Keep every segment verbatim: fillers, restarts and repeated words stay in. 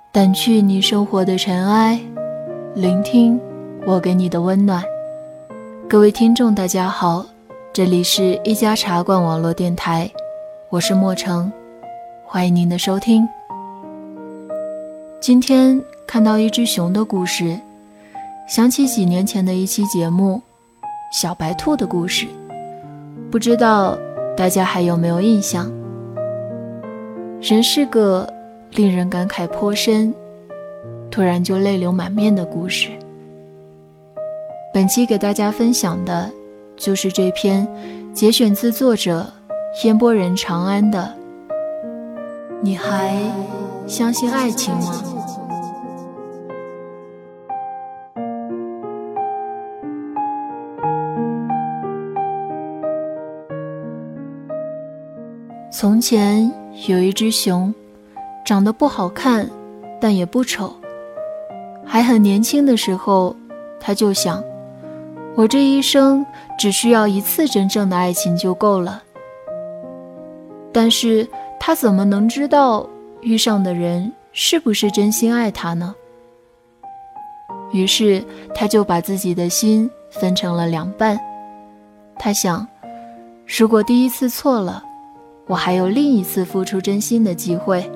掸去你生活的尘埃，聆听我给你的温暖。各位听众大家好，这里是一家茶馆网络电台，我是莫成，欢迎您的收听。今天看到一只熊的故事，想起几年前的一期节目小白兔的故事，不知道大家还有没有印象。人是个令人感慨颇深，突然就泪流满面的故事。本期给大家分享的就是这篇节选自作者烟波人长安的你还相信爱情吗？从前有一只熊，长得不好看，但也不丑。还很年轻的时候，他就想，我这一生只需要一次真正的爱情就够了。但是他怎么能知道遇上的人是不是真心爱他呢？于是他就把自己的心分成了两半。他想，如果第一次错了，我还有另一次付出真心的机会。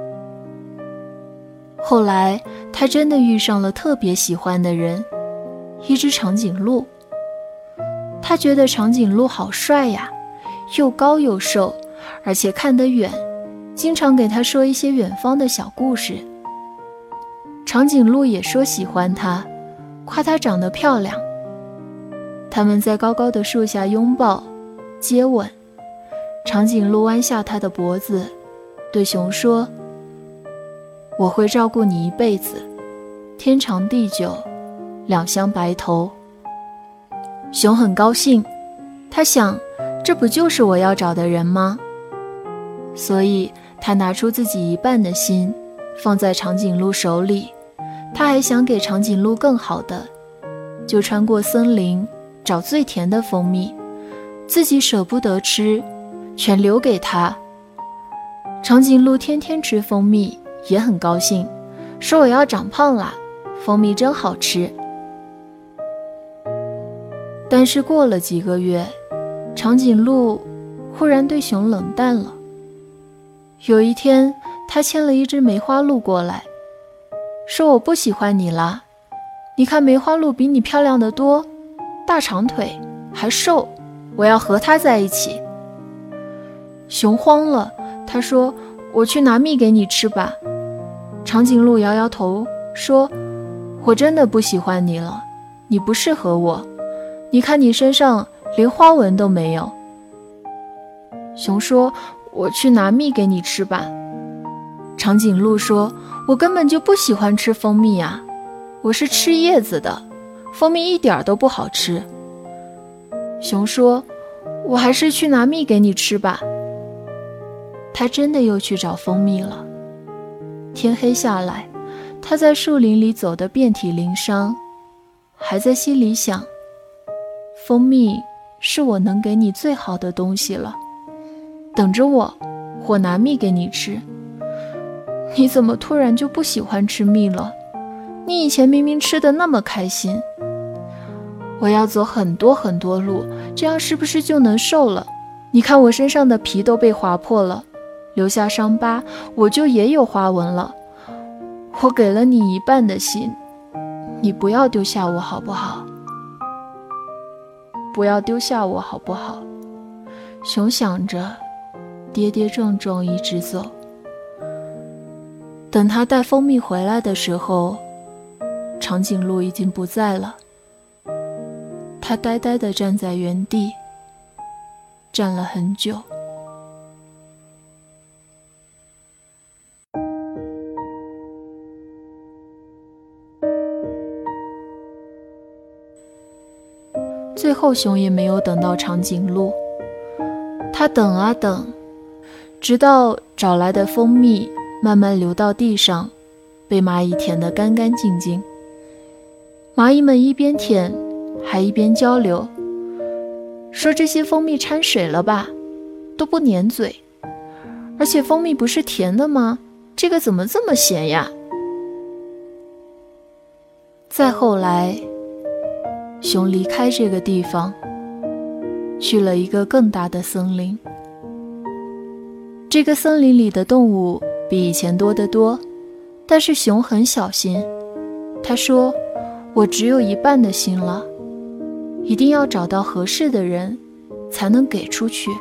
后来他真的遇上了特别喜欢的人，一只长颈鹿。他觉得长颈鹿好帅呀，又高又瘦，而且看得远，经常给他说一些远方的小故事。长颈鹿也说喜欢他，夸他长得漂亮。他们在高高的树下拥抱接吻，长颈鹿弯下他的脖子，对熊说，我会照顾你一辈子，天长地久，两相白头。熊很高兴，他想，这不就是我要找的人吗？所以他拿出自己一半的心放在长颈鹿手里，他还想给长颈鹿更好的，就穿过森林找最甜的蜂蜜，自己舍不得吃，全留给他。长颈鹿天天吃蜂蜜，也很高兴，说我要长胖啦，蜂蜜真好吃。但是过了几个月，长颈鹿忽然对熊冷淡了。有一天，他牵了一只梅花鹿过来，说我不喜欢你啦，你看梅花鹿比你漂亮得多，大长腿，还瘦，我要和它在一起。熊慌了，他说，我去拿蜜给你吃吧。长颈鹿摇摇头说，我真的不喜欢你了，你不适合我，你看你身上连花纹都没有。熊说，我去拿蜜给你吃吧。长颈鹿说，我根本就不喜欢吃蜂蜜啊，我是吃叶子的，蜂蜜一点都不好吃。熊说，我还是去拿蜜给你吃吧。他真的又去找蜂蜜了。天黑下来，他在树林里走得遍体鳞伤，还在心里想，蜂蜜是我能给你最好的东西了，等着我，我拿蜜给你吃。你怎么突然就不喜欢吃蜜了？你以前明明吃得那么开心。我要走很多很多路，这样是不是就能瘦了？你看我身上的皮都被划破了，留下伤疤，我就也有花纹了。我给了你一半的心，你不要丢下我好不好？不要丢下我好不好？熊想着，跌跌撞撞一直走。等他带蜂蜜回来的时候，长颈鹿已经不在了。他呆呆地站在原地，站了很久。最后熊也没有等到长颈鹿，他等啊等，直到找来的蜂蜜慢慢流到地上，被蚂蚁舔得干干净净。蚂蚁们一边舔还一边交流，说这些蜂蜜掺水了吧，都不粘嘴，而且蜂蜜不是甜的吗？这个怎么这么咸呀？ 再后来，熊离开这个地方，去了一个更大的森林。这个森林里的动物比以前多得多，但是熊很小心。他说，我只有一半的心了，一定要找到合适的人才能给出去。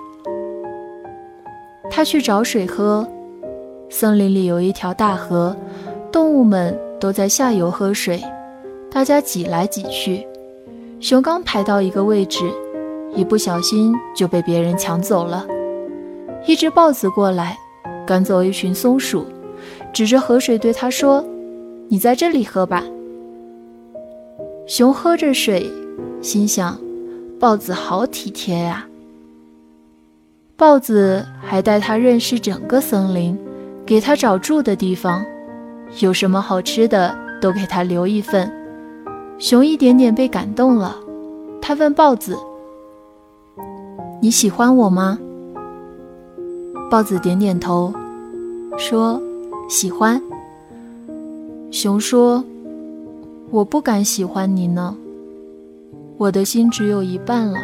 他去找水喝，森林里有一条大河，动物们都在下游喝水，大家挤来挤去。熊刚排到一个位置，一不小心就被别人抢走了。一只豹子过来，赶走一群松鼠，指着河水对他说，你在这里喝吧。熊喝着水，心想，豹子好体贴呀。豹子还带他认识整个森林，给他找住的地方，有什么好吃的都给他留一份。熊一点点被感动了，他问豹子，你喜欢我吗？豹子点点头，说喜欢。熊说，我不敢喜欢你呢，我的心只有一半了。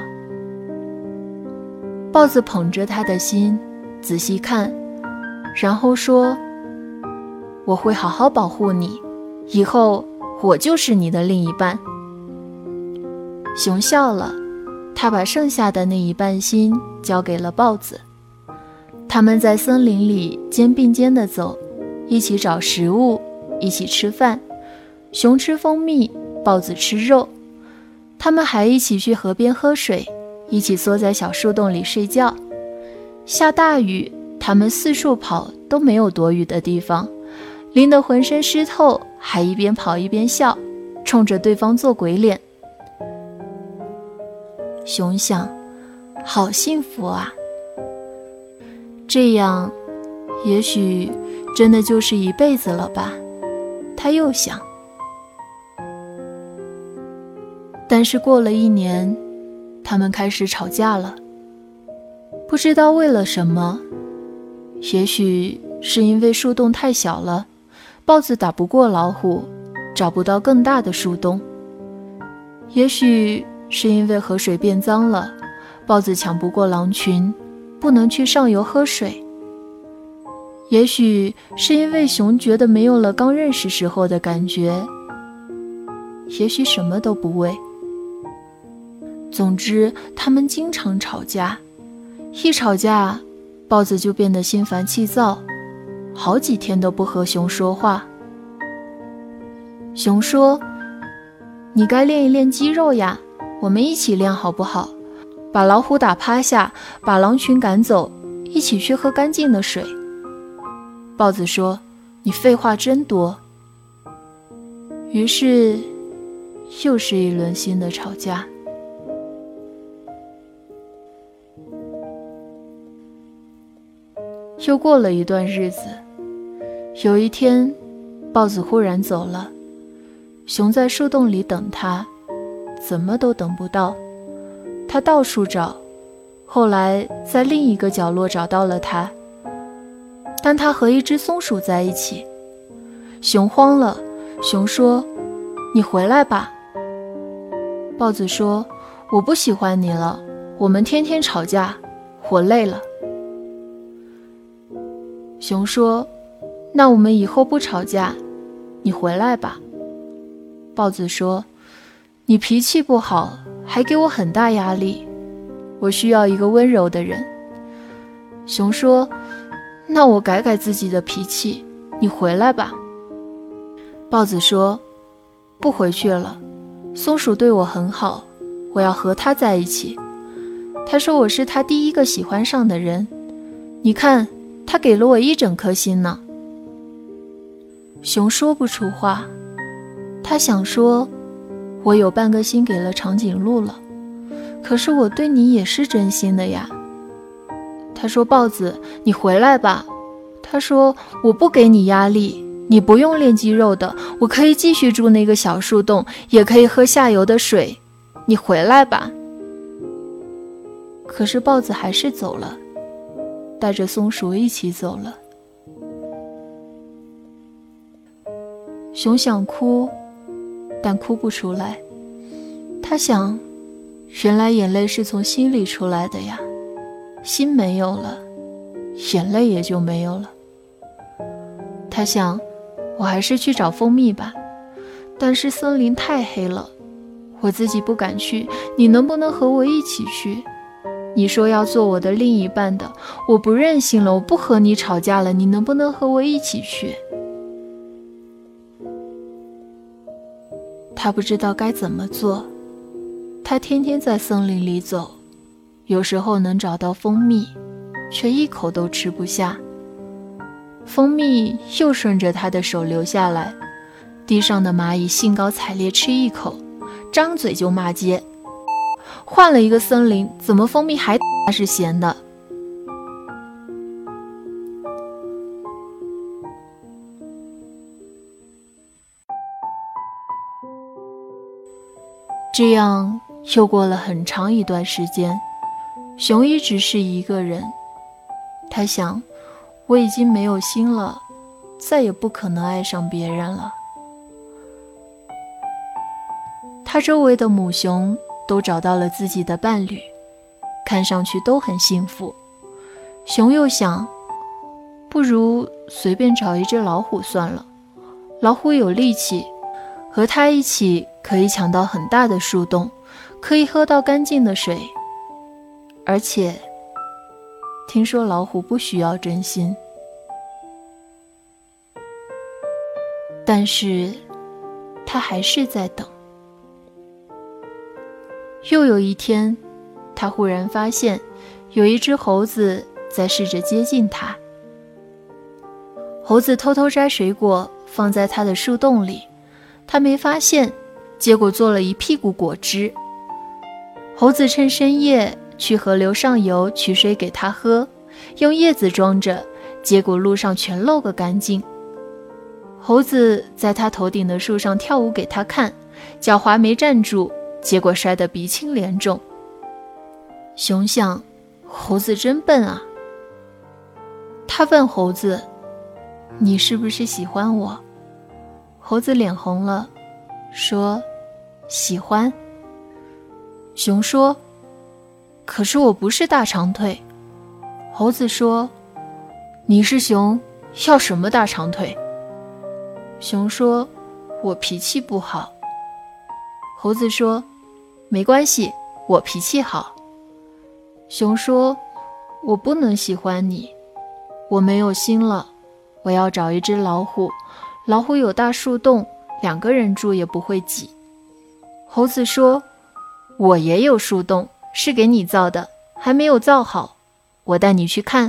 豹子捧着他的心仔细看，然后说，我会好好保护你，以后我就是你的另一半。熊笑了，他把剩下的那一半心交给了豹子。他们在森林里肩并肩地走，一起找食物，一起吃饭。熊吃蜂蜜，豹子吃肉。他们还一起去河边喝水，一起缩在小树洞里睡觉。下大雨，他们四处跑，都没有躲雨的地方，淋得浑身湿透，还一边跑一边笑，冲着对方做鬼脸。熊想，好幸福啊，这样也许真的就是一辈子了吧。他又想，但是过了一年，他们开始吵架了。不知道为了什么，也许是因为树洞太小了，豹子打不过老虎，找不到更大的树洞。也许是因为河水变脏了，豹子抢不过狼群，不能去上游喝水。也许是因为熊觉得没有了刚认识时候的感觉，也许什么都不为。总之，他们经常吵架，一吵架，豹子就变得心烦气躁，好几天都不和熊说话。熊说，你该练一练肌肉呀，我们一起练好不好？把老虎打趴下，把狼群赶走，一起去喝干净的水。豹子说，你废话真多。于是又是一轮新的吵架。又过了一段日子，有一天，豹子忽然走了，熊在树洞里等他，怎么都等不到。他到处找，后来在另一个角落找到了他，但他和一只松鼠在一起。熊慌了，熊说，你回来吧。豹子说，我不喜欢你了，我们天天吵架，我累了。熊说，那我们以后不吵架，你回来吧。豹子说，你脾气不好，还给我很大压力，我需要一个温柔的人。熊说，那我改改自己的脾气，你回来吧。豹子说，不回去了，松鼠对我很好，我要和他在一起。他说我是他第一个喜欢上的人，你看，他给了我一整颗心呢。熊说不出话，他想说，我有半个心给了长颈鹿了，可是我对你也是真心的呀。他说，豹子，你回来吧。他说，我不给你压力，你不用练肌肉的，我可以继续住那个小树洞，也可以喝下游的水，你回来吧。可是豹子还是走了，带着松鼠一起走了。熊想哭， 但哭不出来。他想，原来眼泪是从心里出来的呀，心没有了，眼泪也就没有了。他想，我还是去找蜂蜜吧，但是森林太黑了，我自己不敢去，你能不能和我一起去？你说要做我的另一半的，我不任性了，我不和你吵架了，你能不能和我一起去？他不知道该怎么做，他天天在森林里走，有时候能找到蜂蜜，却一口都吃不下。蜂蜜又顺着他的手流下来，地上的蚂蚁兴高采烈吃一口，张嘴就骂街。换了一个森林，怎么蜂蜜还是咸的？这样又过了很长一段时间，熊一直是一个人。他想，我已经没有心了，再也不可能爱上别人了。他周围的母熊都找到了自己的伴侣，看上去都很幸福。熊又想，不如随便找一只老虎算了，老虎有力气，和它一起可以抢到很大的树洞，可以喝到干净的水，而且听说老虎不需要真心。但是他还是在等。又有一天，他忽然发现有一只猴子在试着接近他。猴子偷偷摘水果放在他的树洞里，他没发现，结果做了一屁股果汁。猴子趁深夜去河流上游取水给他喝，用叶子装着，结果路上全漏个干净。猴子在他头顶的树上跳舞给他看，脚滑没站住，结果摔得鼻青脸肿。熊想，猴子真笨啊。他问猴子，你是不是喜欢我？猴子脸红了，说喜欢。熊说，可是我不是大长腿。猴子说，你是熊，要什么大长腿？熊说，我脾气不好。猴子说，没关系，我脾气好。熊说，我不能喜欢你，我没有心了，我要找一只老虎，老虎有大树洞，两个人住也不会挤。猴子说，我也有树洞，是给你造的，还没有造好，我带你去看。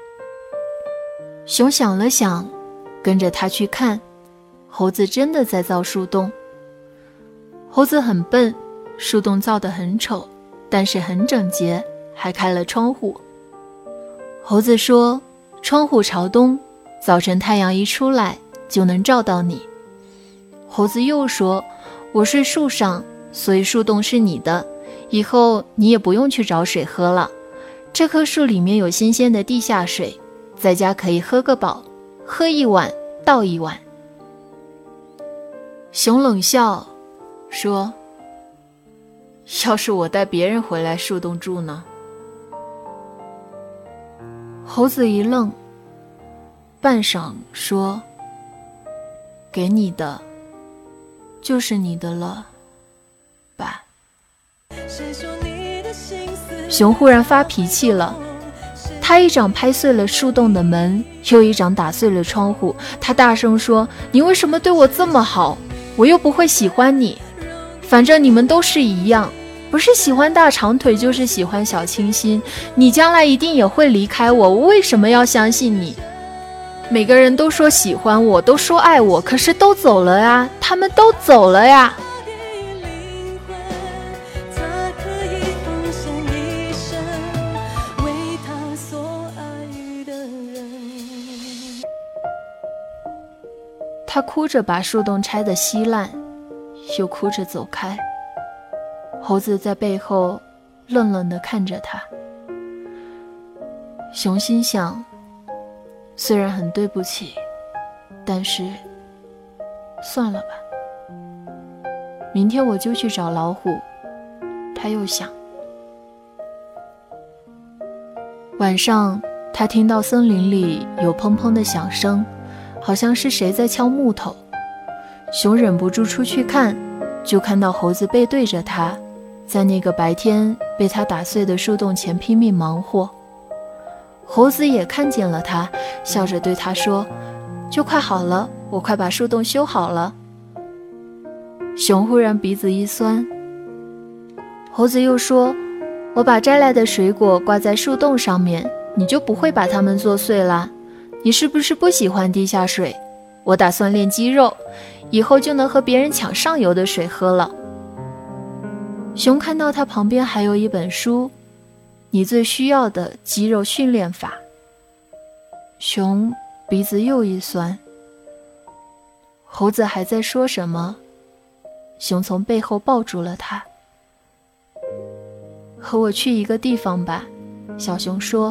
熊想了想，跟着他去看，猴子真的在造树洞。猴子很笨，树洞造得很丑，但是很整洁，还开了窗户。猴子说，窗户朝东，早晨太阳一出来就能照到你。猴子又说，我睡树上，所以树洞是你的，以后你也不用去找水喝了，这棵树里面有新鲜的地下水，在家可以喝个饱，喝一碗倒一碗。熊冷笑说，要是我带别人回来树洞住呢？猴子一愣，半晌说，给你的就是你的了吧。熊忽然发脾气了，他一掌拍碎了树洞的门，又一掌打碎了窗户。他大声说，你为什么对我这么好？我又不会喜欢你，反正你们都是一样，不是喜欢大长腿就是喜欢小清新，你将来一定也会离开我，我为什么要相信你？每个人都说喜欢我，都说爱我，可是都走了呀，他们都走了呀。他哭着把树洞拆得稀烂，又哭着走开。猴子在背后愣愣地看着他。熊心想，虽然很对不起，但是算了吧。 明天我就去找老虎。他又想。晚上，他听到森林里有砰砰的响声，好像是谁在敲木头。熊忍不住出去看，就看到猴子背对着他，在那个白天被他打碎的树洞前拼命忙活。猴子也看见了他，笑着对他说：就快好了，我快把树洞修好了。熊忽然鼻子一酸。猴子又说：我把摘来的水果挂在树洞上面，你就不会把它们做碎啦。你是不是不喜欢地下水？我打算练肌肉，以后就能和别人抢上游的水喝了。熊看到他旁边还有一本书，你最需要的肌肉训练法。熊鼻子又一酸。猴子还在说什么，熊从背后抱住了他。和我去一个地方吧，小熊说。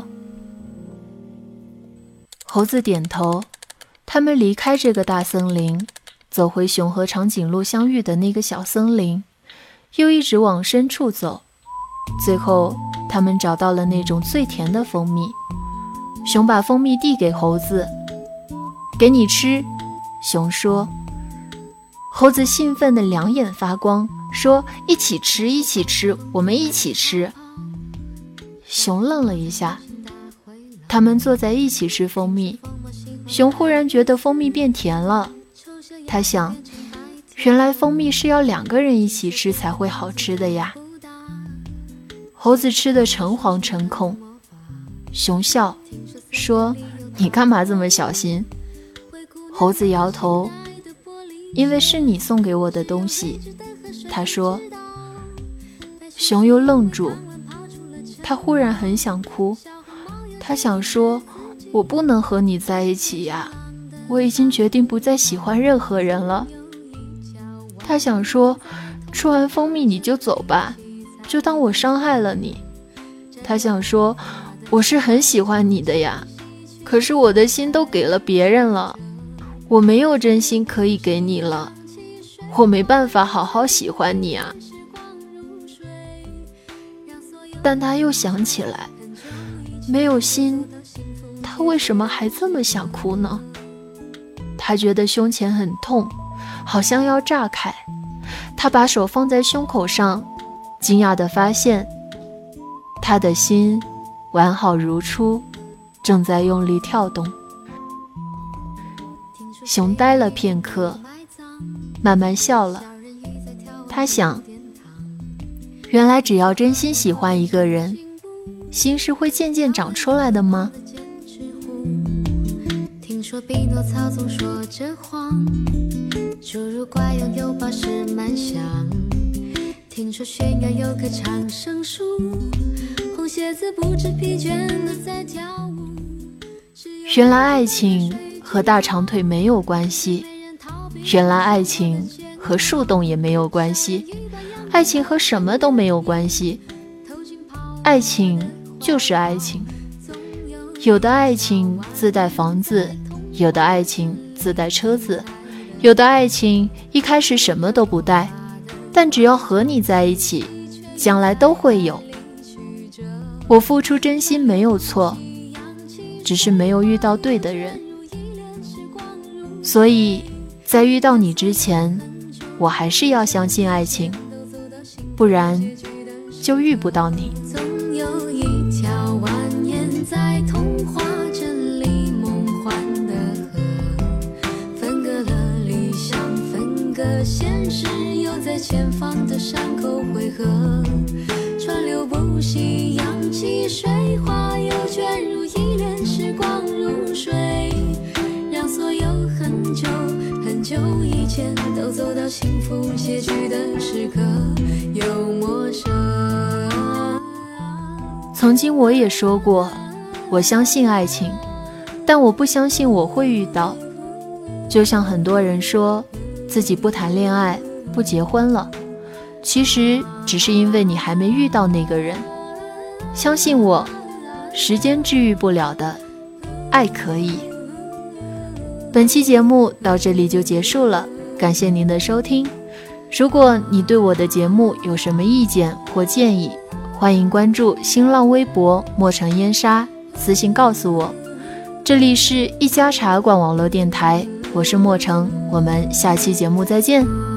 猴子点头，他们离开这个大森林，走回熊和长颈鹿相遇的那个小森林，又一直往深处走。最后他们找到了那种最甜的蜂蜜。熊把蜂蜜递给猴子，给你吃，熊说。猴子兴奋得两眼发光，说：一起吃，一起吃，我们一起吃。熊愣了一下，他们坐在一起吃蜂蜜。熊忽然觉得蜂蜜变甜了，他想，原来蜂蜜是要两个人一起吃才会好吃的呀。猴子吃得诚惶诚恐。熊笑说：你干嘛这么小心？猴子摇头，因为是你送给我的东西，他说。熊又愣住，他忽然很想哭。他想说，我不能和你在一起呀，我已经决定不再喜欢任何人了。他想说，吃完蜂蜜你就走吧，就当我伤害了你。他想说，我是很喜欢你的呀，可是我的心都给了别人了，我没有真心可以给你了，我没办法好好喜欢你啊。但他又想起来，没有心，他为什么还这么想哭呢？他觉得胸前很痛，好像要炸开。他把手放在胸口上，惊讶地发现，他的心完好如初，正在用力跳动。熊呆了片刻，慢慢笑了。他想，原来只要真心喜欢一个人，心是会渐渐长出来的吗？听说匹诺曹总说着谎，侏儒怪拥有宝石满箱，听说悬崖有棵长生树，红鞋子不知疲倦地在跳舞。原来爱情和大长腿没有关系，原来爱情和树洞也没有关系，爱情和什么都没有关系，爱情就是爱情。有的爱情自带房子，有的爱情自带车子，有的爱情一开始什么都不带，但只要和你在一起，将来都会有。我付出真心没有错，只是没有遇到对的人。所以在遇到你之前，我还是要相信爱情，不然就遇不到你。总有一条蜿蜒在童话镇里梦幻的河，分隔了理想，分隔现实，又在前方的山口汇合，川流不息，扬起水花，又卷入一帘时光如水，让所有很久很久以前都走到幸福结局的时刻又陌生。曾经我也说过，我相信爱情，但我不相信我会遇到。就像很多人说自己不谈恋爱不结婚了，其实只是因为你还没遇到那个人。相信我，时间治愈不了的，爱可以。本期节目到这里就结束了，感谢您的收听。 如果你对我的节目有什么意见或建议，欢迎关注新浪微博墨城烟沙，私信告诉我。这里是一家茶馆网络电台，我是墨城，我们下期节目再见。